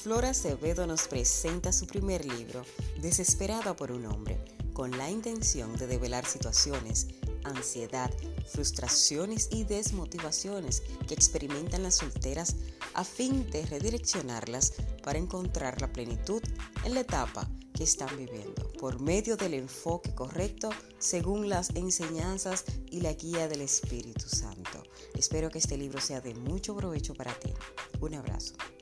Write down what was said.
Flor Acevedo nos presenta su primer libro, Desesperada por un hombre, con la intención de develar situaciones, ansiedad, frustraciones y desmotivaciones que experimentan las solteras a fin de redireccionarlas para encontrar la plenitud en la etapa que están viviendo, por medio del enfoque correcto según las enseñanzas y la guía del Espíritu Santo. Espero que este libro sea de mucho provecho para ti. Un abrazo.